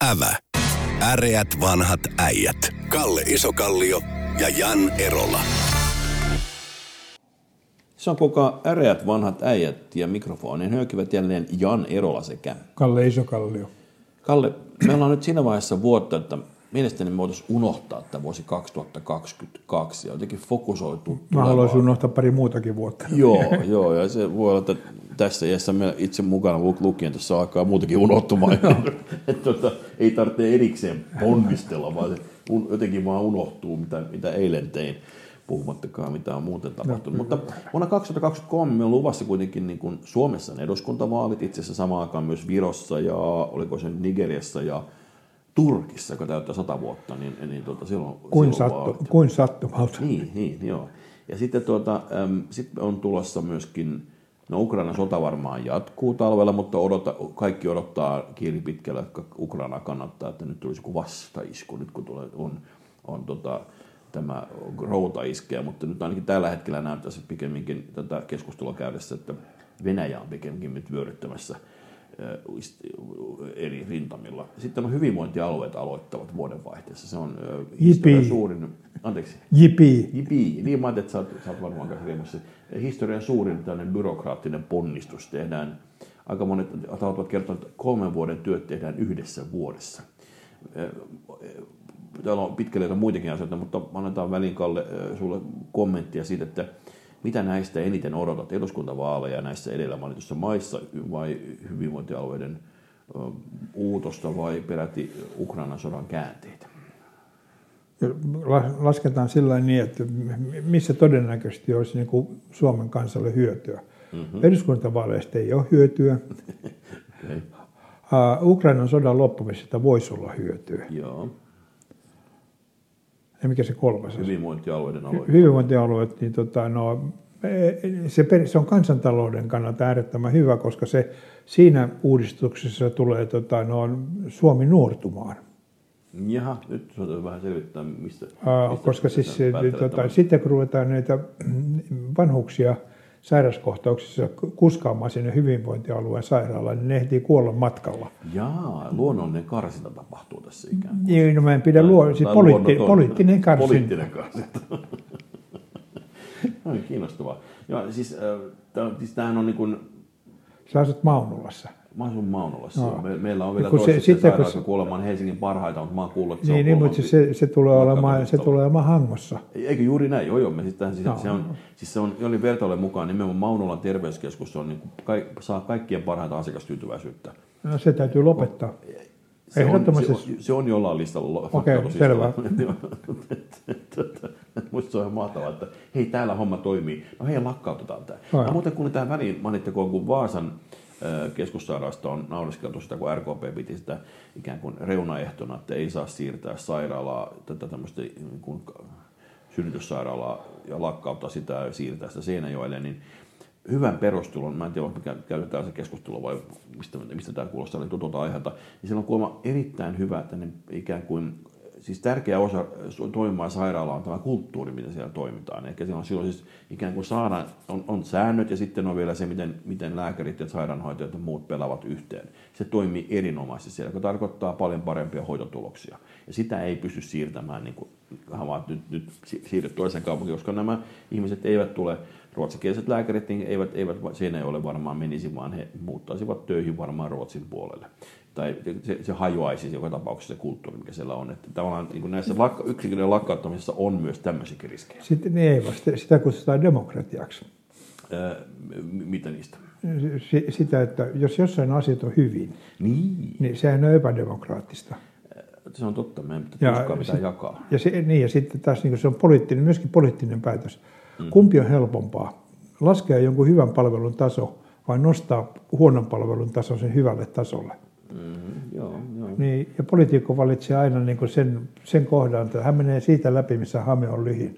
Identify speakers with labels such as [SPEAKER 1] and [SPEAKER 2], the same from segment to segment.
[SPEAKER 1] Ävä. Äreät vanhat äijät. Kalle Isokallio ja Jan Erola.
[SPEAKER 2] Se on kuka äreät vanhat äijät ja mikrofonin hyökivät jälleen Jan Erola sekä
[SPEAKER 3] Kalle Isokallio.
[SPEAKER 2] Kalle, meillä on nyt siinä vaiheessa vuotta, että mielestäni me voitaisiin unohtaa tämä vuosi 2022 ja jotenkin fokusoituu.
[SPEAKER 3] Mä haluaisin unohtaa pari muutakin vuotta.
[SPEAKER 2] Joo, ja se voi olla, että tässä iässä me itse mukana lukien tässä alkaa muutakin unohtumaan. Ei tarvitse erikseen ponnistella, vaan se jotenkin vaan unohtuu, mitä eilen tein, puhumattakaan mitä on muuten tapahtunut. Mutta vuonna 2023 meillä on luvassa kuitenkin niin kuin Suomessa ne eduskuntavaalit, itse asiassa samaan aikaan myös Virossa ja oliko se Nigeriassa ja Turkissa, joka täyttää 100 vuotta, niin silloin
[SPEAKER 3] Kuin sattumalta.
[SPEAKER 2] Niin, joo. Ja sitten sit on tulossa myöskin, Ukrainan sota varmaan jatkuu talvella, mutta kaikki odottaa kieli pitkällä, että Ukraina kannattaa, että nyt tulisi joku vastaisku, nyt kun on tämä routa iskeä, mutta nyt ainakin tällä hetkellä näyttäisi pikemminkin tätä keskustelua käydessä, että Venäjä on pikemminkin nyt vyöryttämässä eri rintamilla. Sitten on hyvinvointialueet aloittavat vuodenvaihteessa. Se on historian suurin... Anteeksi.
[SPEAKER 3] Jipi.
[SPEAKER 2] Niin mä ajattelin, että sä oot varmaan kanssa riemassa. Historian suurin tämmöinen byrokraattinen ponnistus tehdään. Aika monet ovat kertoneet, että 3 vuoden työt tehdään 1 vuodessa. Täällä on pitkälle muitakin asioita, mutta annetaan väliin, Kalle, sulle kommenttia siitä, että mitä näistä eniten odotat, eduskuntavaaleja näissä edellä mainituissa maissa vai hyvinvointialueiden uutosta vai peräti Ukrainan sodan käänteitä?
[SPEAKER 3] Lasketaan sillä niin, että missä todennäköisesti olisi niin kuin Suomen kansalle hyötyä. Eduskuntavaaleista ei ole hyötyä. Okay. Ukrainan sodan loppumisesta voisi olla hyötyä.
[SPEAKER 2] Joo.
[SPEAKER 3] Ja mikä se kolmas?
[SPEAKER 2] Hyvinvointialueiden aloittaa.
[SPEAKER 3] Hyvinvointialueet, niin se on kansantalouden kannalta äärettömän hyvä, koska siinä uudistuksessa tulee Suomi nuortumaan.
[SPEAKER 2] Jaha, nyt saadaan vähän selvittää, mistä
[SPEAKER 3] koska siis sitten kun ruvetaan näitä vanhuksia sairaskohtauksissa kuskaamaan sinne hyvinvointialueen sairaalaan, niin ne ehtii kuolla matkalla.
[SPEAKER 2] Jaa, luonnollinen karsinta tapahtuu tässä ikään kuin.
[SPEAKER 3] Niin, no mä en pidä poliittinen karsinta.
[SPEAKER 2] Poliittinen karsinta. No, kiinnostavaa. Joo, siis tämähän on niin kuin...
[SPEAKER 3] Sä asut Maunulassa.
[SPEAKER 2] Mä asun Maunulassa. No. Meillä on vielä toisessa kuolemaan Helsingin parhaita, mutta mä oon kuullut, että
[SPEAKER 3] niin, mutta se tulee olemaan Hangossa.
[SPEAKER 2] Eikö juuri näin? Joo. Se oli vertailujen mukaan nimenomaan Maunulan terveyskeskus on, niin saa kaikkien parhaita asiakastyytyväisyyttä.
[SPEAKER 3] No se täytyy lopettaa.
[SPEAKER 2] Se on jollain listalla.
[SPEAKER 3] Okei, selvä.
[SPEAKER 2] Musta se on ihan mahtavaa, että hei, täällä homma toimii. No hei, lakkautetaan tämä. Muuten kun tähän väliin mainittakoon, kun Vaasan keskussairaalasta on nauriskeltu sitä, kun RKP piti sitä ikään kuin reunaehtona, että ei saa siirtää sairaalaa, tätä tämmöistä niin kuin synnytyssairaalaa ja lakkauttaa sitä ja siirtää sitä Seinäjoelle, niin hyvän perustelun, mä en tiedä, mikä käytetään se keskustelu vai mistä tämä kuulostaa, oli tutulta aiheelta, niin siellä on kuulemma erittäin hyvä, että ikään kuin, siis tärkeä osa toimimaan sairaalaa on tämä kulttuuri, miten siellä toimitaan. Eli silloin siis ikään kuin saadaan, on säännöt ja sitten on vielä se, miten lääkärit ja sairaanhoitajat ja muut pelaavat yhteen. Se toimii erinomaisesti siellä, joka tarkoittaa paljon parempia hoitotuloksia. Ja sitä ei pysty siirtämään, niin kuin, vaan nyt siirryt toiseen kaupunkiin, koska nämä ihmiset eivät tule, ruotsinkieliset lääkärit niin eivät siinä ei ole varmaan menisi, vaan he muuttaisivat töihin varmaan Ruotsin puolelle. Tai se hajoaisi joka tapauksessa se kulttuuri, mikä siellä on. Että tavallaan niin näissä yksikköjen lakkauttamisessa on myös tämmöisiä riskejä.
[SPEAKER 3] Sitten ei vasta. Sitä kutsutaan demokratiaksi.
[SPEAKER 2] Mitä niistä?
[SPEAKER 3] Sitä, että jos jossain asiat on hyvin, niin sehän on epädemokraattista.
[SPEAKER 2] Se on totta, meidän pitää jakaa.
[SPEAKER 3] Ja sitten taas niin se on myöskin poliittinen päätös. Kumpi on helpompaa? Laskea jonkun hyvän palvelun taso vai nostaa huonon palvelun taso sen hyvälle tasolle?
[SPEAKER 2] Joo.
[SPEAKER 3] Niin, ja poliitikko valitsee aina niin kuin sen kohdan, että hän menee siitä läpi, missä hame on lyhin.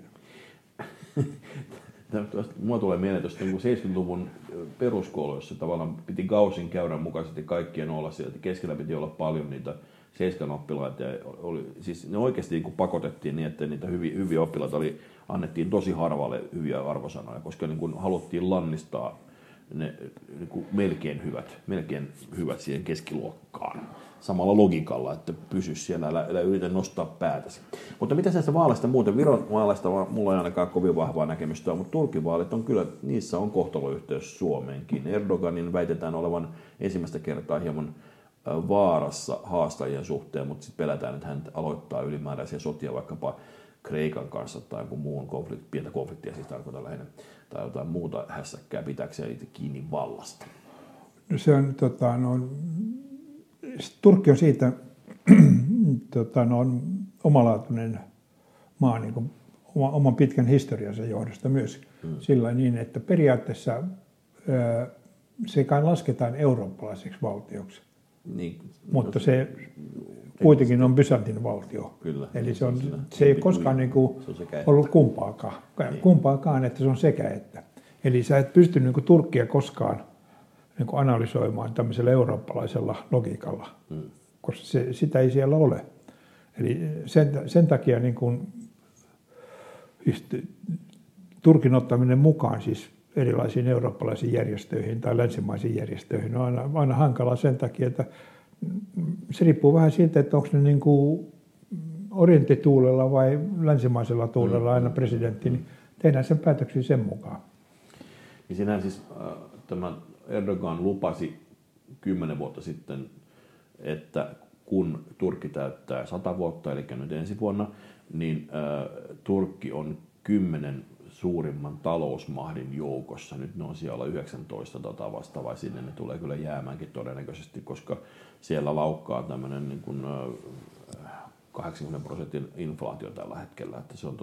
[SPEAKER 2] Mulla tulee mieleen tuosta 70-luvun peruskoulu, jossa tavallaan piti Gaussin käyrän mukaisesti kaikkien olla sieltä. Keskellä piti olla paljon niitä 7 oppilaita. Ja siis ne oikeasti niin pakotettiin niin, että niitä hyviä oppilaita annettiin tosi harvalle hyviä arvosanoja, koska niin haluttiin lannistaa ne niin kuin melkein hyvät siihen keskiluokkaan. Samalla logiikalla, että pysy siellä, älä yritä nostaa päätäsi. Mutta mitä näistä vaaleista muuten? Viron vaaleista mulla ei ainakaan kovin vahvaa näkemystä, mutta Turkin vaalit on kyllä, niissä on kohtaloyhteys Suomeenkin. Erdoganin väitetään olevan ensimmäistä kertaa hieman vaarassa haastajien suhteen, mutta sitten pelätään, että hän aloittaa ylimääräisiä sotia vaikkapa Kreikan kanssa tai jonkun muun pientä konfliktia, siis tarkoitan lähinnä, tai jotain muuta hässäkkää pitääkseen itse kiinni vallasta.
[SPEAKER 3] Se on, Turkki on siitä omalaatuinen maa niin kuin oman pitkän historiansa johdosta myös sillä niin, että periaatteessa se kai lasketaan eurooppalaiseksi valtioksi.
[SPEAKER 2] Niin,
[SPEAKER 3] mutta se kuitenkin on Byzantin valtio.
[SPEAKER 2] Kyllä,
[SPEAKER 3] eli se ei koskaan niin kuin ollut kumpaakaan, että se on sekä että. Eli sä et pysty niin kuin Turkkia koskaan niin kuin analysoimaan tämmöisellä eurooppalaisella logiikalla, koska sitä ei siellä ole. Eli sen takia niin kuin, Turkin ottaminen mukaan siis erilaisiin eurooppalaisiin järjestöihin tai länsimaisiin järjestöihin on aina hankala sen takia, että se riippuu vähän siitä, että onko ne niin kuin orienttituulella vai länsimaisella tuulella aina presidentti, niin tehdään sen päätöksiä sen mukaan.
[SPEAKER 2] Niin sinähän siis tämä Erdogan lupasi 10 vuotta sitten, että kun Turkki täyttää 100 vuotta, eli nyt ensi vuonna, niin Turkki on 10 suurimman talousmahdin joukossa. Nyt ne on siellä 19 vastaavaa, sinne ne tulee kyllä jäämäänkin todennäköisesti, koska siellä laukkaa tämmöinen niin kuin 80% inflaatio tällä hetkellä. Että se on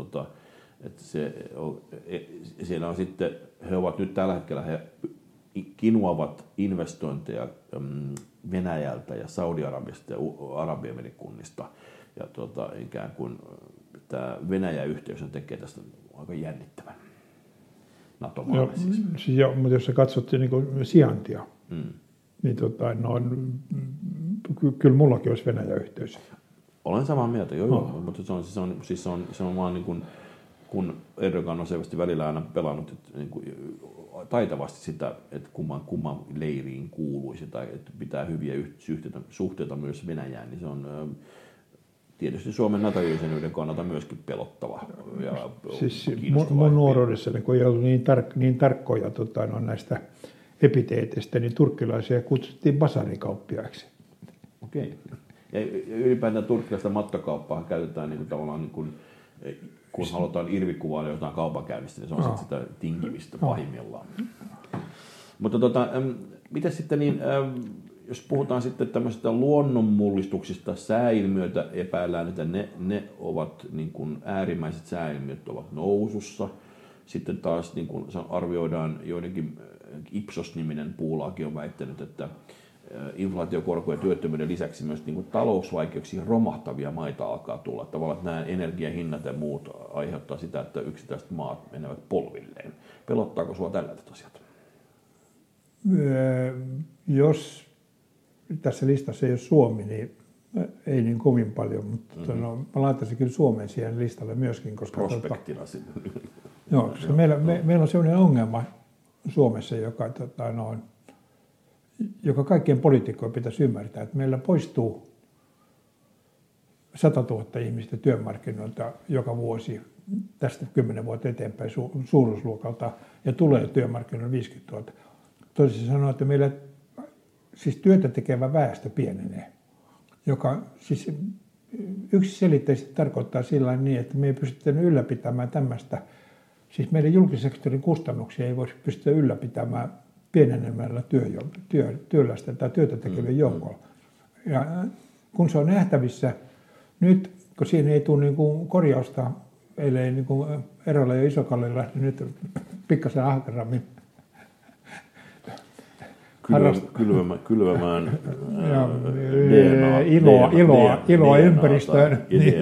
[SPEAKER 2] siellä on sitten, he ovat nyt tällä hetkellä, he kinuavat investointeja Venäjältä ja Saudi-Arabiasta ja Arabiemerikunnista. Ja ikään kuin tämä Venäjä-yhteys tekee tästä aika jännittävän. NATO-maalle siis.
[SPEAKER 3] Joo, mutta jos sä katsot niin kuin sijaintia, niin kyllä mullakin olisi Venäjä-yhteys.
[SPEAKER 2] Olen samaa mieltä, joo. Mutta se on vaan niin kuin, kun Erdogan on selvästi välillä aina pelannut niin kuin, taitavasti sitä, että kumman leiriin kuuluisi tai että pitää hyviä suhteita myös Venäjään, niin se on tietysti Suomen NATO-jäsenyyden kannalta myöskin pelottava. Ja
[SPEAKER 3] siis mun nuoruudessa, kun ei ollut niin tarkkoja näistä epiteeteistä, niin turkkilaisia kutsuttiin basarikauppiaiksi.
[SPEAKER 2] Okei. Ja ylipäätään turkkilaista mattokauppaa käytetään niin kuin tavallaan, niin kuin, kun halutaan irvikuvailla jotain kaupankäynnistä, niin se on sitten sitä tinkimistä pahimmillaan. Mutta miten sitten niin, jos puhutaan sitten tämmöisistä luonnonmullistuksista, sääilmiöitä epäillään, että ne ovat niin kuin äärimmäiset sääilmiöt ovat nousussa. Sitten taas niin kuin arvioidaan joidenkin, Ipsos-niminen puulaakin on väittänyt, että inflaatiokorko ja työttömyyden lisäksi myös niin kuin talousvaikeuksiin romahtavia maita alkaa tulla. Tavallaan että nämä energiahinnat ja muut aiheuttaa sitä, että yksittäiset maat menevät polvilleen. Pelottaako sinua tällaiset asiat?
[SPEAKER 3] Jos tässä listassa ei ole Suomi, niin ei niin kovin paljon, mutta mä laittaisin kyllä Suomen siihen listalle myöskin. Koska
[SPEAKER 2] prospektina sinne.
[SPEAKER 3] Joo, koska meillä on sellainen ongelma Suomessa, joka kaikkien poliitikkojen pitäisi ymmärtää, että meillä poistuu 100 000 ihmistä työmarkkinoilta joka vuosi tästä 10 vuotta eteenpäin suuruusluokalta ja tulee työmarkkinoille 50 000. Toisin sanoen, että meillä siis työtä tekevä väestö pienenee, joka siis yksiselitteisesti tarkoittaa sillä niin, että me ei pystytä ylläpitämään tämmöistä, siis meidän julkisen sektorin kustannuksia ei voisi pystyä ylläpitämään pienenemällä työläisten tai työtä tekevien joukolla. Ja kun se on nähtävissä nyt, kun siinä ei tule niin kuin korjausta, ellei niin kuin Erola ja Iso-Kalle lähde nyt pikkasen ahkerammin
[SPEAKER 2] kylvämään
[SPEAKER 3] iloa ympäristöön.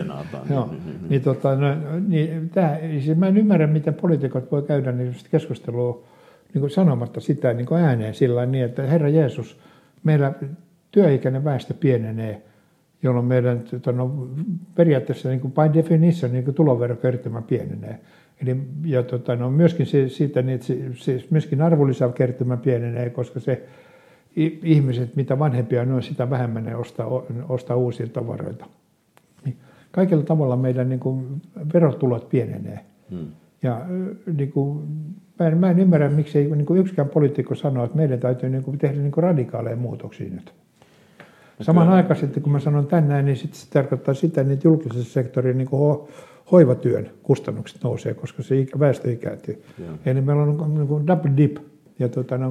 [SPEAKER 3] Siis mä en ymmärrä, miten poliitikot voi käydä keskustelua niin sanomatta sitä niin ääneen sillä niin, että Herra Jeesus, meillä työikäinen väestö pienenee, jolloin meidän periaatteessa niin by definition niin tuloverokertymä pienenee. Eli, ja myöskin siitä, niin myöskin arvonlisäkertymä pienenee, koska se ihmiset, mitä vanhempia ne on, sitä vähemmän ne ostaa uusia tavaroita. Niin kaikilla tavalla meidän niin kuin, verotulot pienenee. Ja niin kuin, mä en ymmärrä, miksi ei niin kuin yksikään poliitikko sanoo, että meidän täytyy niin kuin, tehdä niin kuin radikaaleja muutoksia nyt. Samanaikaisesti, kun mä sanon tänään, niin se tarkoittaa sitä, että julkisessa sektorilla niin kuin hoivatyön kustannukset nousee, koska se väestö ikääntyy. Eli meillä on niin kuin double dip. Ja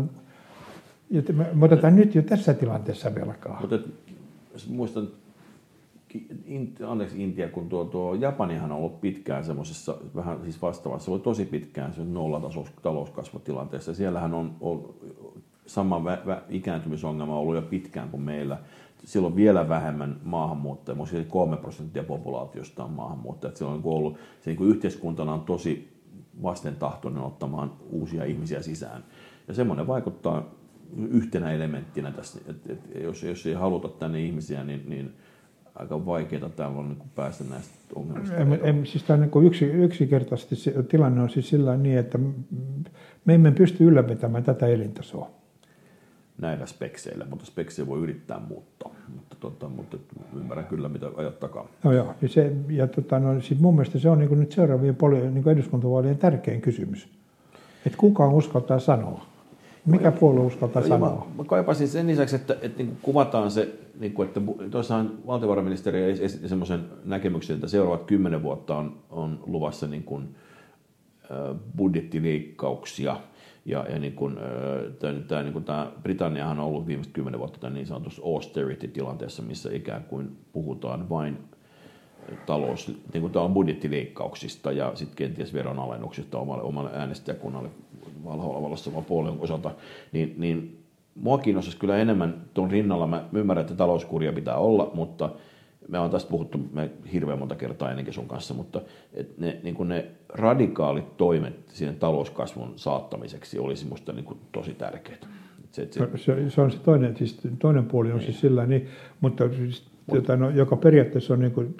[SPEAKER 3] me otetaan nyt jo tässä tilanteessa velkaa.
[SPEAKER 2] Mutta muistan, Intia, kun tuo Japanihan on ollut pitkään semmoisessa vähän siis vastaavassa, se oli tosi pitkään se nollatalouskasvutilanteessa. Siellähän on sama ikääntymisongelma ollut jo pitkään kuin meillä. Silloin vielä vähemmän maahanmuuttajia, siis 3% populaatiosta on maahanmuuttajia. Silloin on ollut, se niin kuin yhteiskuntana on tosi vastentahtoinen ottamaan uusia ihmisiä sisään. Ja semmoinen vaikuttaa yhtenä elementtinä tässä, että jos ei haluta tänne ihmisiä, niin aika vaikeaa täällä on niin päästä näistä ongelmista.
[SPEAKER 3] Siis tämä niin yksinkertaisesti tilanne on siis sillä niin, että me emme pysty ylläpitämään tätä elintasoa.
[SPEAKER 2] Näillä spekseillä, mutta speksejä voi yrittää muuttaa. Mutta ymmärrän kyllä, mitä ajat takaa.
[SPEAKER 3] No joo, siis mun mielestä se on niin nyt seuraavien niin eduskuntavaalien tärkein kysymys. Että kuka uskaltaa sanoa? Mikä puolue uskaltaa sanoa?
[SPEAKER 2] Mä kaipasin sen lisäksi, että niin kuvataan se, niin kuin, että tuossahan valtiovarainministeri esitti semmoisen näkemyksen, että seuraavat 10 vuotta on luvassa niin kuin, budjettileikkauksia. Ja niin kuin, tämä Britanniahan on ollut viimeiset 10 vuotta tämän niin sanotussa austerity-tilanteessa, missä ikään kuin puhutaan vain niin kuin budjettileikkauksista ja sitten kenties veronalennuksista omalle äänestäjäkunnalle vallassa puolueen osalta, niin mua kiinnostaisi kyllä enemmän tuon rinnalla. Mä ymmärrän, että talouskuria pitää olla, mutta me on tästä puhuttu hirveän monta kertaa ennenkin sun kanssa, mutta ne radikaalit toimet siihen talouskasvun saattamiseksi olisi musta niin kuin tosi tärkeitä.
[SPEAKER 3] Se on se toinen, siis toinen puoli on niin. Siis sillä niin, mutta siis, joka periaatteessa on niin kuin,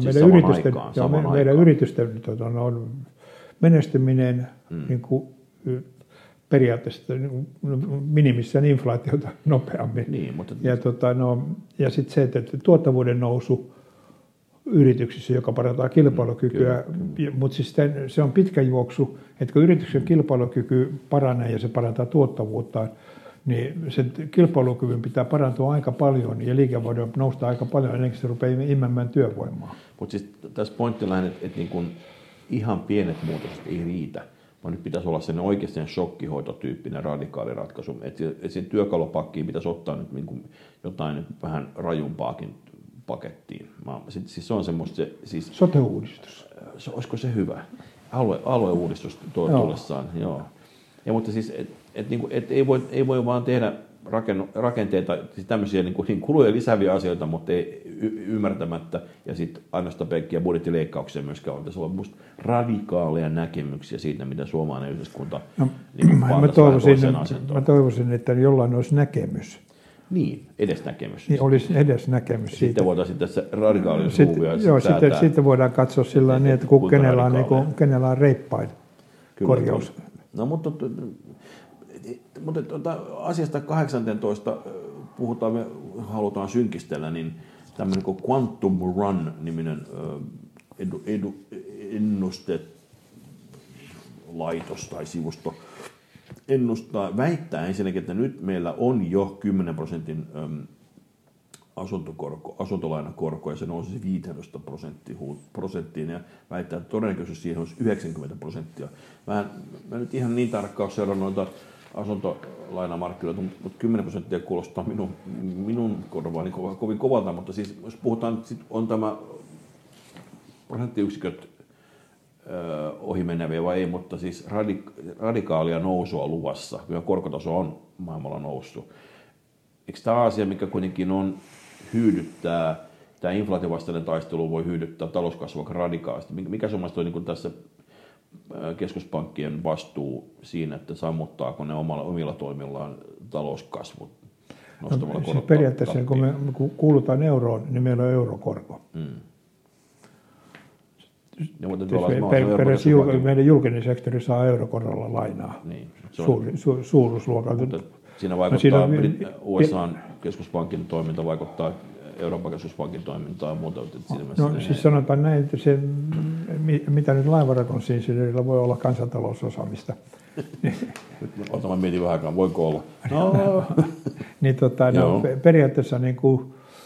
[SPEAKER 3] meidän yritysten on menestyminen niin kuin, periaatteessa minimissään inflaatiota nopeammin.
[SPEAKER 2] Niin, mutta
[SPEAKER 3] ja sitten se, että tuottavuuden nousu yrityksissä, joka parantaa kilpailukykyä, mutta siis se on pitkä juoksu, että kun yrityksen kilpailukyky paranee ja se parantaa tuottavuutta, niin sen kilpailukyvyn pitää parantua aika paljon ja liikevoidon nousta aika paljon ennen kuin se rupeaa imemään työvoimaa.
[SPEAKER 2] Mutta siis tässä pointtina, että niin kun ihan pienet muutokset ei riitä, vaan nyt pitäisi olla sen oikeasti shokkihoitotyyppinen radikaali ratkaisu. Että siinä työkalupakkiin pitäisi ottaa nyt niin kuin jotain nyt vähän rajumpaakin pakettiin. Siis se on semmoista... Siis,
[SPEAKER 3] sote-uudistus.
[SPEAKER 2] Olisiko se hyvä? Alueuudistus tullessaan, joo. Ja, mutta siis, ei voi vaan tehdä rakenteita, siis tämmöisiä niin kuluja lisääviä asioita, mutta ei ymmärtämättä, ja sitten ainoastaan pelkkiä budjettileikkauksia myöskään on. Tässä on musta radikaaleja näkemyksiä siitä, mitä suomalainen yhteiskunta
[SPEAKER 3] mä toivoisin, että jollain olisi näkemys.
[SPEAKER 2] Niin, edes näkemys.
[SPEAKER 3] Niin, olisi edes näkemys siitä.
[SPEAKER 2] Sitten voitaisiin tässä radikaalisuuvia
[SPEAKER 3] säätää. Sitten voidaan katsoa sillä niin, että kenellä on reippain korjaus.
[SPEAKER 2] No, mutta asiasta 18 puhutaan, me halutaan synkistellä, niin tämmöinen kuin Quantum Run-niminen ennustelaitos tai sivusto väittää ensinnäkin, että nyt meillä on jo 10% asuntolainakorko ja se nousisi 15% ja väittää, että todennäköisesti siihen olisi 90%. Mä nyt ihan niin tarkkaan seuraan noita asuntolainamarkkinoita, mutta 10% kuulostaa minun korvaani kovin kovalta, mutta siis jos puhutaan, on tämä prosenttiyksiköt ohimeneviä vai ei, mutta siis radikaalia nousua luvassa, kun korkotaso on maailmalla noussut. Eikö tämä asia, mikä kuitenkin on hyydyttää, tämä inflaatiovastainen taistelu voi hyydyttää talouskasvua radikaalisti? Mikä sun mielestä on niin tässä keskuspankkien vastuu siinä, että sammuttaako ne omilla toimillaan talouskasvun nostamalla korkoa?
[SPEAKER 3] Siis periaatteessa kun me kuulutaan euroon, niin meillä on eurokorko. meidän julkinen sektori saa eurokorolla lainaa.
[SPEAKER 2] Niin,
[SPEAKER 3] suuruusluokalta.
[SPEAKER 2] Siinä vaikuttaa USA:n keskuspankin toiminta, vaikuttaa Euroopan keskuspankin toimintaa ja muuta.
[SPEAKER 3] Siis sanotaan näin, että se, mitä nyt laivanrakennusinsinöörillä voi olla kansantalousosaamista.
[SPEAKER 2] Mä mietin vähän aikaa, voiko olla?
[SPEAKER 3] Niin, periaatteessa niin kuin,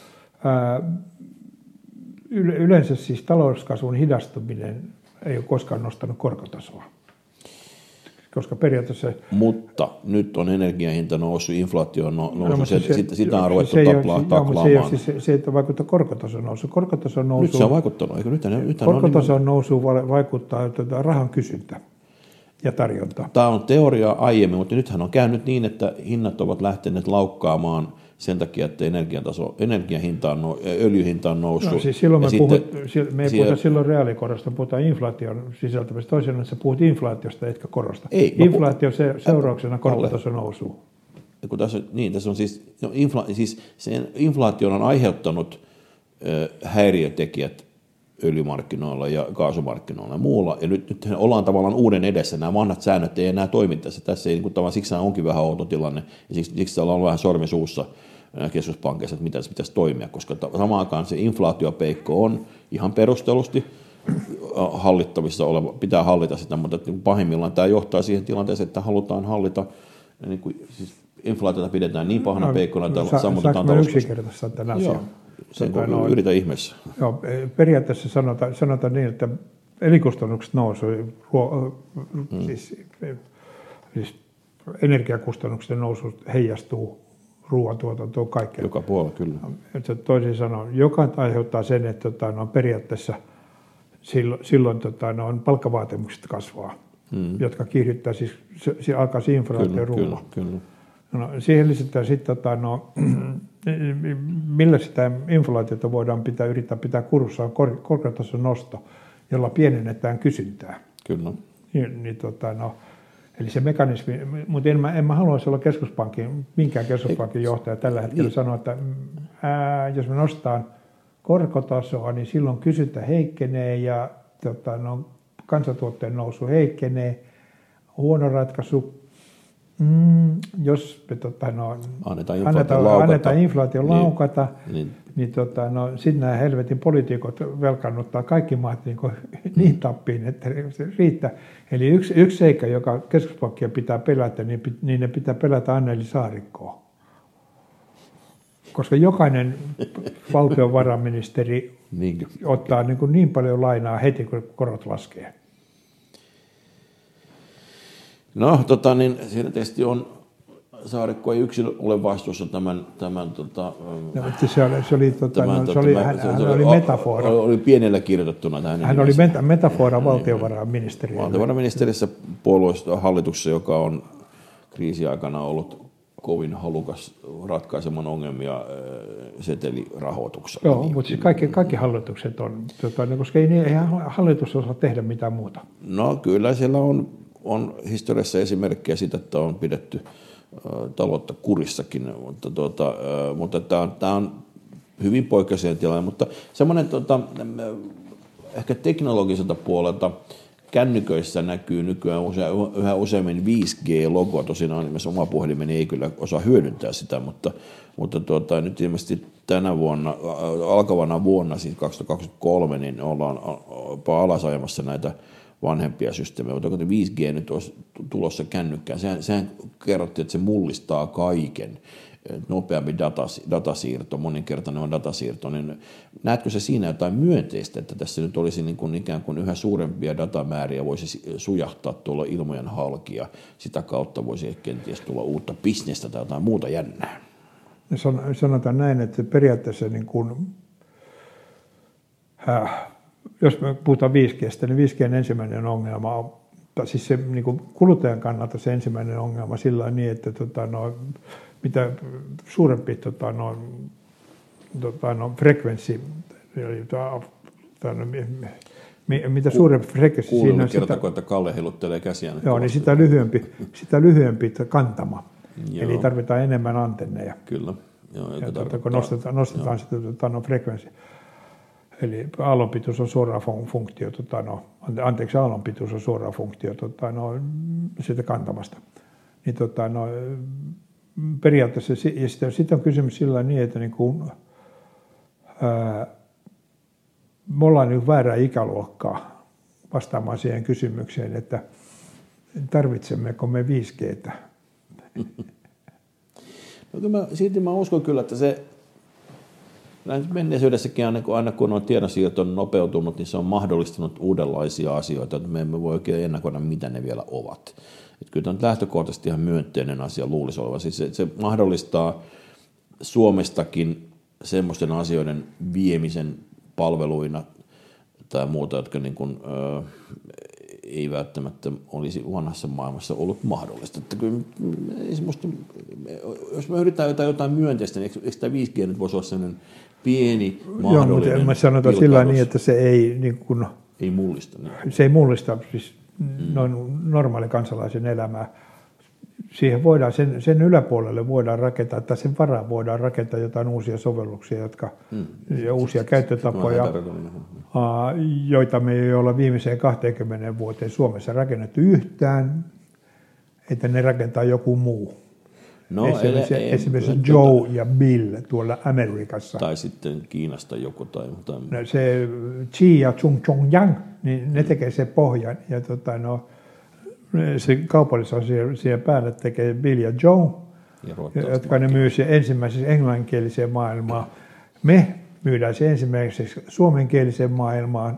[SPEAKER 3] yleensä siis talouskasvun hidastuminen ei ole koskaan nostanut korkotasoa. Koska periaatteessa...
[SPEAKER 2] Mutta nyt on energiahinta noussut, inflaatio on noussut, sitä on ruvettu taklaamaan.
[SPEAKER 3] Se ei vaikuttaa korkotason nousu.
[SPEAKER 2] Nyt se on vaikuttanut, eikö?
[SPEAKER 3] Korkotason nousu vaikuttaa rahan kysyntä ja tarjonta.
[SPEAKER 2] Tämä on teoria aiemmin, mutta nythän on käynyt niin, että hinnat ovat lähteneet laukkaamaan sen takia, että öljyhinta on noussut.
[SPEAKER 3] No, siis silloin me ei puhuta silloin reaalikorosta, puhutaan inflaation sisältävästä. Toisaalta sä puhut inflaatiosta etkä korosta. Inflaation seurauksena korkotaso nousuu.
[SPEAKER 2] Tässä on siis sen inflaation on aiheuttanut häiriötekijät öljymarkkinoilla ja kaasumarkkinoilla ja muulla. Ja nyt ollaan tavallaan uuden edessä. Nämä vanhat säännöt ei enää toimi tässä. Tässä ei, siksi onkin vähän outo tilanne. Ja siksi täällä on vähän sormi suussa keskuspankkeissa, että miten se pitäisi toimia. Koska samaan aikaan se inflaatiopeikko on ihan perustellusti hallittavissa oleva. Pitää hallita sitä, mutta pahimmillaan tämä johtaa siihen tilanteeseen, että halutaan hallita. Niin kuin, siis inflaatiota pidetään niin pahana peikkona, että sammutetaan talouskasvua.
[SPEAKER 3] Saanko yksinkertaistaa tämän asian?
[SPEAKER 2] Sen yritä ihmeessä.
[SPEAKER 3] Joo, periaatteessa sanotaan niin, että elikustannukset nousuu, siis energiakustannuksen nousu heijastuu ruoantuotantoon kaikkeen.
[SPEAKER 2] Joka puolella, kyllä.
[SPEAKER 3] Toisin sanoen, joka aiheuttaa sen, että periaatteessa silloin palkkavaatimukset kasvaa, jotka kiihdyttää, siis alkaa inflaatio ruoalla.
[SPEAKER 2] Kyllä.
[SPEAKER 3] No, siihen lisätään sitten, millä sitä inflaatiota voidaan yrittää pitää kurssaan, on korkotason nosto, jolla pienennetään kysyntää.
[SPEAKER 2] Kyllä.
[SPEAKER 3] Eli se mekanismi, mutta en mä haluaisi olla minkään keskuspankin johtaja tällä hetkellä sanoa, että jos me nostetaan korkotasoa, niin silloin kysyntä heikkenee ja kansantuotteen nousu heikkenee. Huono ratkaisu. Jos me annetaan inflaation laukata, niin sitten nämä helvetin poliitikot velkaannuttaa kaikki maat niin tappiin, että se riittää. Eli yksi seikka, joka keskuspankkia pitää pelätä, niin ne pitää pelätä Anneli Saarikkoa. Koska jokainen valtiovarainministeri ottaa niin paljon lainaa heti, kun korot laskee.
[SPEAKER 2] No, siinä tietysti on, Saarikko ei yksin ole vastuussa tämän
[SPEAKER 3] hän oli metafora.
[SPEAKER 2] Oli pienellä kirjoitettuna tähän.
[SPEAKER 3] Hän oli metafora valtiovarainministeriölle.
[SPEAKER 2] Valtiovarainministeriössä puolueesta hallituksessa, joka on kriisiaikana ollut kovin halukas ratkaisemaan ongelmia setelirahoituksella.
[SPEAKER 3] Joo, mutta siis kaikki hallitukset on, koska ei hallitus osaa tehdä mitään muuta.
[SPEAKER 2] No kyllä siellä on historiassa esimerkkejä siitä, että on pidetty taloutta kurissakin, mutta tämä on hyvin poikkeuksellinen tilanne. Mutta semmoinen ehkä teknologiselta puolelta kännyköissä näkyy nykyään yhä useammin 5G-logoa. Tosinaan nimessä oma puhelimeni ei kyllä osaa hyödyntää sitä, mutta nyt ilmeisesti tänä vuonna, alkavana vuonna, siis 2023, niin ollaan alasajamassa näitä vanhempia systeemejä, mutta 5G nyt olisi tulossa kännykkään. Sehän kerrottiin, että se mullistaa kaiken. Nopeampi datasiirto, moninkertainen datasiirto, niin näetkö se siinä jotain myönteistä, että tässä nyt olisi niin kuin ikään kuin yhä suurempia datamääriä voisi sujahtaa tuolla ilmojen halki ja sitä kautta voisi kenties tulla uutta bisnestä tai jotain muuta jännää?
[SPEAKER 3] Sanotaan näin, että periaatteessa niin kuin, jos me puhutaan 5G:stä, niin 5G:n ensimmäinen ongelma on, siis se niin kuin kuluttajan kannalta se ensimmäinen ongelma sillä niin, että mitä suurempi frekvenssi, mitä suurempi frekvenssi siinä on.
[SPEAKER 2] Kertako, että Kalle heiluttelee käsiään.
[SPEAKER 3] Joo, niin sitä lyhyempi kantama. Joo. Eli tarvitaan enemmän antenneja.
[SPEAKER 2] Kyllä. Joo,
[SPEAKER 3] kun nostetaan sitä frekvenssi. Eli aallonpituus on suora funktio, aallonpituus on suora funktio siitä kantamasta. Niin, periaatteessa, ja sitten on kysymys sillä niin, että niin kuin, me ollaan niin väärää ikäluokkaa vastaamaan siihen kysymykseen, että tarvitsemmeko me 5G:tä.
[SPEAKER 2] No, silti mä uskon kyllä, että se menneisyydessäkin aina kun on tiedonsiirto on nopeutunut, niin se on mahdollistanut uudenlaisia asioita, että me emme voi oikein ennakoida, mitä ne vielä ovat. Että kyllä tämä on lähtökohtaisesti ihan myönteinen asia luulisi olevan. Siis se mahdollistaa Suomestakin semmoisten asioiden viemisen palveluina tai muuta, jotka niin kuin, ei välttämättä olisi vanhassa maailmassa ollut mahdollista. Että kyllä, jos me yritetään jotain myönteistä, niin eikö tämä 5G nyt voisi olla sellainen pieni mahdollinen?
[SPEAKER 3] Joo, mutta sanotaan sillä niin, että se ei, niin kuin,
[SPEAKER 2] ei mullista. Niin.
[SPEAKER 3] Se ei mullista siis noin normaali kansalaisen elämää. Siihen voidaan, sen yläpuolelle voidaan rakentaa, tai sen varaan voidaan rakentaa jotain uusia sovelluksia, ja uusia käyttötapoja, joita me ei olla viimeiseen 20 vuoteen Suomessa rakennettu yhtään, että ne rakentaa joku muu. No, esimerkiksi Joe ja Bill tuolla Amerikassa.
[SPEAKER 2] Tai sitten Kiinasta joku tai
[SPEAKER 3] no, se Xi ja Chung Yang, niin ne tekee sen pohjan. Ja se kaupallisasia siihen päälle tekee Bill ja Joe, jotka ne myy se ensimmäisessä englanninkieliseen maailmaan. Me myydään se ensimmäiseksi suomenkieliseen maailmaan.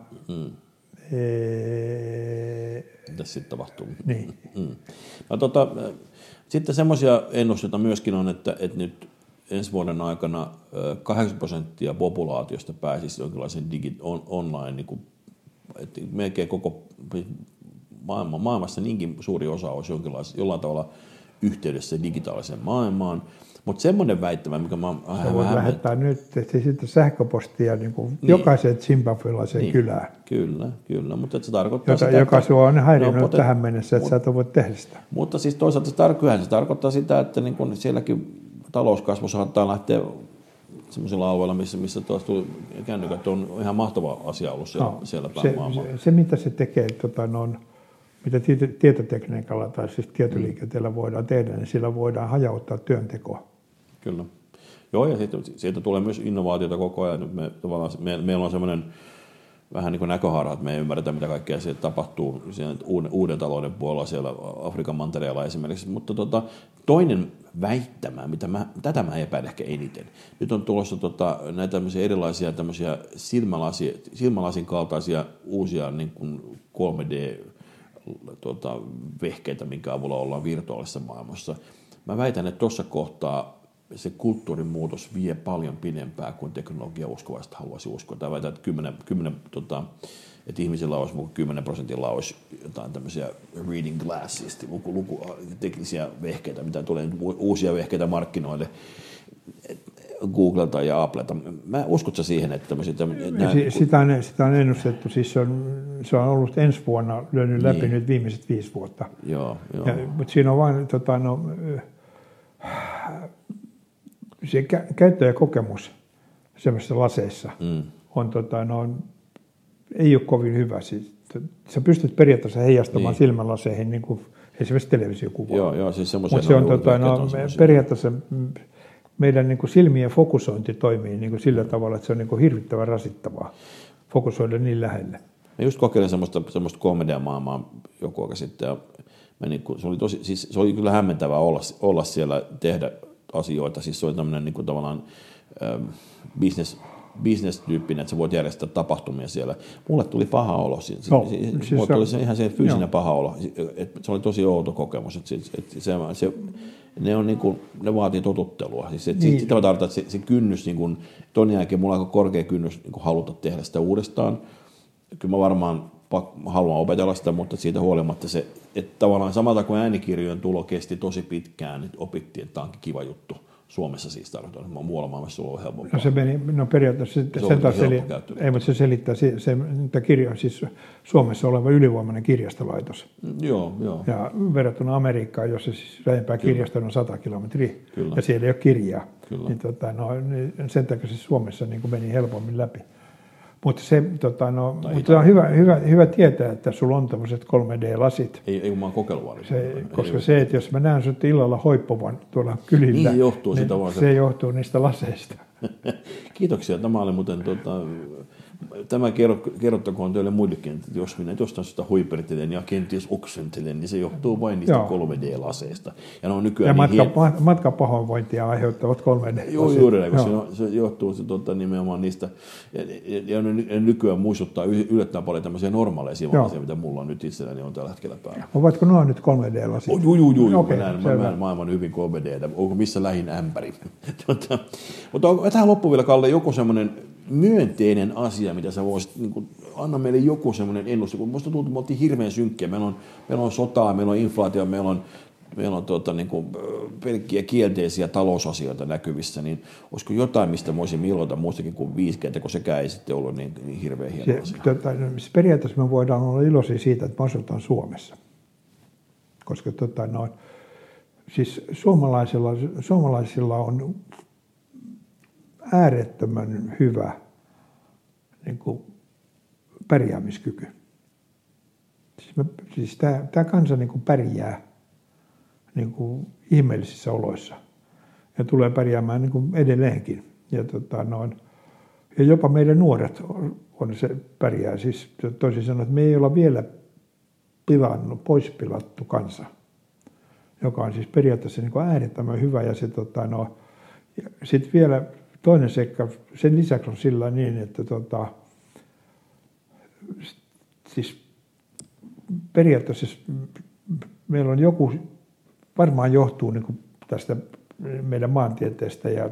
[SPEAKER 2] Mitäs sitten tapahtuu?
[SPEAKER 3] Niin.
[SPEAKER 2] No, sitten semmoisia ennusteita myöskin on, että nyt ensi vuoden aikana 80% populaatiosta pääsisi jonkinlaisen online, niin kuin, että melkein koko maailmassa niinkin suuri osa olisi jollain tavalla yhteydessä digitaaliseen maailmaan. Mutta semmoinen väittämä, mikä mä
[SPEAKER 3] vähän voit lähettää nyt sitten sähköpostia niin jokaiseen zimbabwelaiseen kylään.
[SPEAKER 2] Kyllä, mutta se tarkoittaa
[SPEAKER 3] sitä, joka sinua on häirinnyt tähän mennessä, että sä et voi tehdä sitä.
[SPEAKER 2] Mutta siis toisaalta se tarkoittaa sitä, että niin kun sielläkin talouskasvu saattaa lähteä sellaisilla alueilla, missä taas kännykät on ihan mahtava asia ollut siellä päin maailmaa.
[SPEAKER 3] Se, mitä se tekee, mitä tietotekniikalla tai siis tietoliikenteellä voidaan tehdä, niin sillä voidaan hajauttaa työntekoa.
[SPEAKER 2] Kyllä. Joo, ja siitä tulee myös innovaatiota koko ajan. Meillä on semmoinen vähän niin kuin näköharha, että me ei ymmärretä, mitä kaikkea siellä tapahtuu uuden talouden puolella siellä Afrikan mantereella esimerkiksi. Mutta toinen väittämä, tätä mä epäilen ehkä eniten. Nyt on tulossa näitä erilaisia silmälasin kaltaisia uusia niin kuin 3D vehkeitä, minkä avulla ollaan virtuaalisessa maailmassa. Mä väitän, että tuossa kohtaa se kulttuurin muutos vie paljon pidempään kuin teknologiauskovaiset haluaisi uskoa. Tai väitän, että että ihmisillä olisi 10% olisi jotain tämmöisiä reading glasses, teknisiä vehkeitä, mitä tulee uusia vehkeitä markkinoille. Googlelta ja Applelta. Mä uskotko siihen, että tämmöisiä...
[SPEAKER 3] Sitä on ennustettu, siis se on ollut ensi vuonna lyönyt läpi nyt viimeiset 5 vuotta.
[SPEAKER 2] Joo.
[SPEAKER 3] Mutta siinä on vain se käyttäjäkokemus semmoisissa laseissa on ei ole kovin hyvä. Siis, sä pystyt periaatteessa heijastamaan silmälaseihin niin kuin esimerkiksi televisiokuvaa.
[SPEAKER 2] Joo, siis semmoisia...
[SPEAKER 3] Mutta se on periaatteessa... Meidän niin kuin silmien fokusointi toimii niin kuin sillä tavalla, että se on niin kuin hirvittävän rasittavaa fokusoida niin lähelle.
[SPEAKER 2] Mä just kokeilin semmoista komediamaailmaa joku aika sitten. Ja se oli kyllä hämmentävää olla siellä, tehdä asioita. Siis se oli tämmöinen niin kuin tavallaan business-tyyppinen, että sä voit järjestää tapahtumia siellä. Mulle tuli paha olo. Mulle tuli se ihan se fyysinen paha olo. Se oli tosi outo kokemus. Ne on niinku, ne vaatii totuttelua. Siis sitä mä tarkoitan, että se kynnys, niin ton jälkeen mulla on aika korkea kynnys niin haluta tehdä sitä uudestaan. Kyllä mä varmaan haluan opetella sitä, mutta siitä huolimatta se, että tavallaan samalta kuin äänikirjojen tulo kesti tosi pitkään, niin opittiin, että tämä onkin kiva juttu. Suomessa siis tarkoitan, että muualla maailmassa on helpompaa.
[SPEAKER 3] Periaatteessa se selittää siis Suomessa oleva ylivoimainen kirjastolaitos.
[SPEAKER 2] Joo.
[SPEAKER 3] Ja verrattuna Amerikkaan, jossa siis lähempää kirjasto on 100 kilometriä, ja siellä ei ole kirjaa, niin sen takia se Suomessa niin meni helpommin läpi. Mutta mutta on hyvä tietää, että sulla on tämmöiset 3D-lasit.
[SPEAKER 2] Ei kun mä oon kokeillut
[SPEAKER 3] Koska se, että jos mä näen sut illalla hoippuvan tuolla kylillä,
[SPEAKER 2] niin johtuu sitä vaan
[SPEAKER 3] se johtuu niistä laseista.
[SPEAKER 2] Kiitoksia. Tämä oli muuten, tämä kerrottakoon teille muillekin, että jos minä jostain sitä huiperittelen ja kenties oksentelen, niin se johtuu vain niistä 3D-laseista. Ja ne on nykyään
[SPEAKER 3] matkapahoinvointia aiheuttavat 3D-lasit.
[SPEAKER 2] Joo, juuri näin, koska se johtuu nimenomaan niistä. Ja ne nykyään muistuttaa yllättäen paljon tämmöisiä normaaleja silmälaseja, mitä mulla on nyt itselläni on tällä hetkellä päällä.
[SPEAKER 3] Ovatko nuo nyt 3D-lasit?
[SPEAKER 2] Joo, okay, mä näen maailman hyvin 3D. Onko missä lähin ämpäri? Mutta tähän loppuun vielä, Kalle, joku semmoinen myönteinen asia, mitä sä voisit, niin anna meille joku semmoinen ennuste, kun musta tuntuu, että me oltiin hirveän synkkiä. Meillä on sotaa, meillä on inflaatio, meillä on pelkkiä kielteisiä talousasioita näkyvissä, niin olisiko jotain, mistä voisimme iloita muustakin kuin 5G, kun sekään ei sitten ollut niin hirveän hieno asia?
[SPEAKER 3] Periaatteessa me voidaan olla iloisia siitä, että me asutaan Suomessa. Koska siis suomalaisilla on äärettömän hyvä niin kuin pärjäämiskyky. Siis tämä kansa niin kuin pärjää niin kuin ihmeellisissä oloissa ja tulee pärjäämään niin kuin edelleenkin. Ja jopa meidän nuoret on se pärjää. Siis toisin sanoen, että me ei olla vielä pilattu kansa, joka on siis periaatteessa niin kuin äärettömän hyvä. Ja sitten vielä toinen seikka, sen lisäksi on sillä niin, että siis periaatteessa meillä on joku, varmaan johtuu niin kuin tästä meidän maantieteestä ja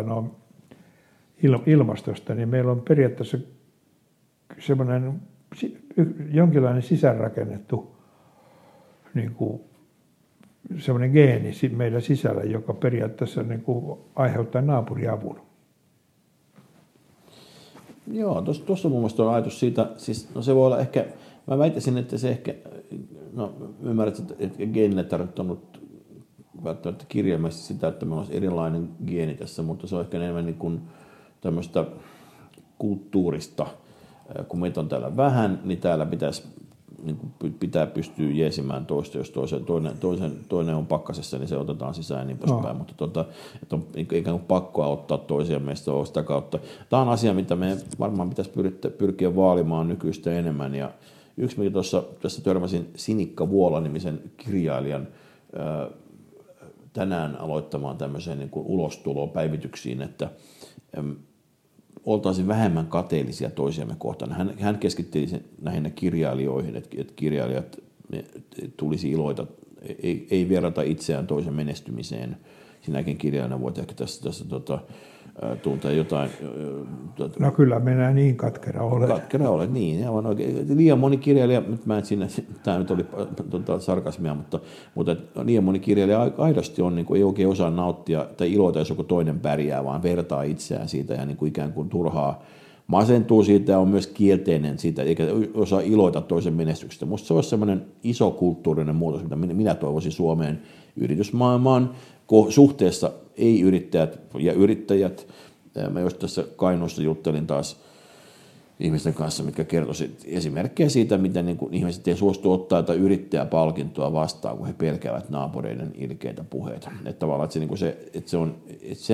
[SPEAKER 3] ilmastosta, niin meillä on periaatteessa semmoinen jonkinlainen sisäänrakennettu niin kuin semmoinen geeni meidän sisällä, joka periaatteessa niin kuin aiheuttaa naapuriavun.
[SPEAKER 2] Joo, tuossa mun mielestä on ajatus siitä, siis no se voi olla ehkä, mä väittäisin, että se ehkä, no ymmärrät, että geenille tarkoittanut välttämättä kirjaimellisesti sitä, että meillä olisi erilainen geeni tässä, mutta se on ehkä enemmän niin kuin tämmöistä kulttuurista, kun meitä on täällä vähän, niin täällä pitää pystyä jeesimään toista, jos toinen on pakkasessa, niin se otetaan sisään ja niin poispäin, mutta että on ikään kuin pakkoa ottaa toisia meistä sitä kautta. Tämä on asia, mitä me varmaan pitäisi pyrkiä vaalimaan nykyistä enemmän, ja yksi, mikä tässä törmäsin Sinikka Vuola-nimisen kirjailijan tänään aloittamaan tämmöiseen niin kuin ulostulopäivityksiin, että oltaisiin vähemmän kateellisia toisiamme kohtaan. Hän keskitteli lähinnä kirjailijoihin, että kirjailijat tulisi iloita, ei verrata itseään toisen menestymiseen. Sinäkin kirjailijana voit ehkä tässä tuntea jotain.
[SPEAKER 3] No kyllä minä niin katkera olen.
[SPEAKER 2] Katkera olet, niin. Aivan oikein. Liian moni kirjailija, mä en siinä, tämä nyt oli sarkasmia, mutta liian moni kirjailija aidosti on, niin kuin, ei oikein osaa nauttia tai iloita, jos joku toinen pärjää, vaan vertaa itseään siitä ja niin kuin ikään kuin turhaa masentuu siitä ja on myös kielteinen siitä, eikä osaa iloita toisen menestyksestä. Minusta se olisi sellainen iso kulttuurinen muutos, mitä minä toivoisin Suomeen yritysmaailmaan suhteessa ei-yrittäjät ja yrittäjät. Mä just tässä Kainuussa juttelin taas ihmisten kanssa, mitkä kertoisivat esimerkkejä siitä, miten niin ihmiset ei suostu ottaa tätä yrittäjäpalkintoa vastaan, kun he pelkäävät naapureiden ilkeitä puheita. Että tavallaan, että se on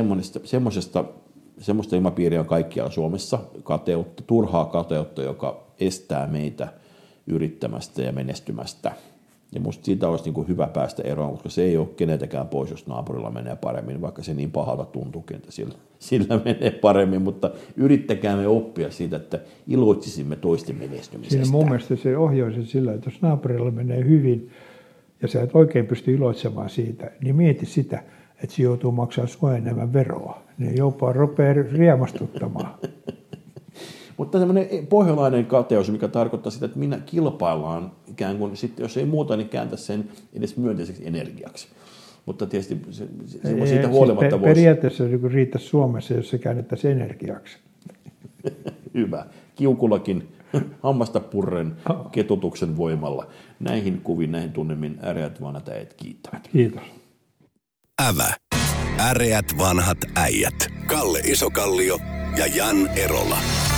[SPEAKER 2] semmoista ilmapiiriä on kaikkialla Suomessa, turhaa kateutta, joka estää meitä yrittämästä ja menestymästä. Ja musta siitä olisi niin kuin hyvä päästä eroon, koska se ei ole keneltäkään pois, jos naapurilla menee paremmin, vaikka se niin pahalta tuntuukin, että sillä menee paremmin, mutta yrittäkäämme oppia siitä, että iloitsisimme toisten menestymisestä.
[SPEAKER 3] Siinä mun mielestä se ohjaisi sillä, että jos naapurilla menee hyvin ja sä et oikein pysty iloitsemaan siitä, niin mieti sitä, että se joutuu maksamaan sua enemmän veroa. Niin jopa rupeaa riemastuttamaan.
[SPEAKER 2] Mutta tämmöinen pohjalainen kateus, mikä tarkoittaa sitä, että minä kilpaillaan ikään kuin, sitten, jos ei muuta, niin kääntä sen edes myönteiseksi energiaksi. Mutta tietysti siitä huolimatta voisi...
[SPEAKER 3] Periaatteessa riittäisi Suomessa, jos se käännettäisiin energiaksi.
[SPEAKER 2] Hyvä. Kiukulakin hammasta purren ketutuksen voimalla. Näihin kuviin, näihin tunnelmiin äreät vanhat äijät kiittävät.
[SPEAKER 3] Kiitos.
[SPEAKER 1] Ävä. Äreät vanhat äijät. Kalle Isokallio ja Jan Erola.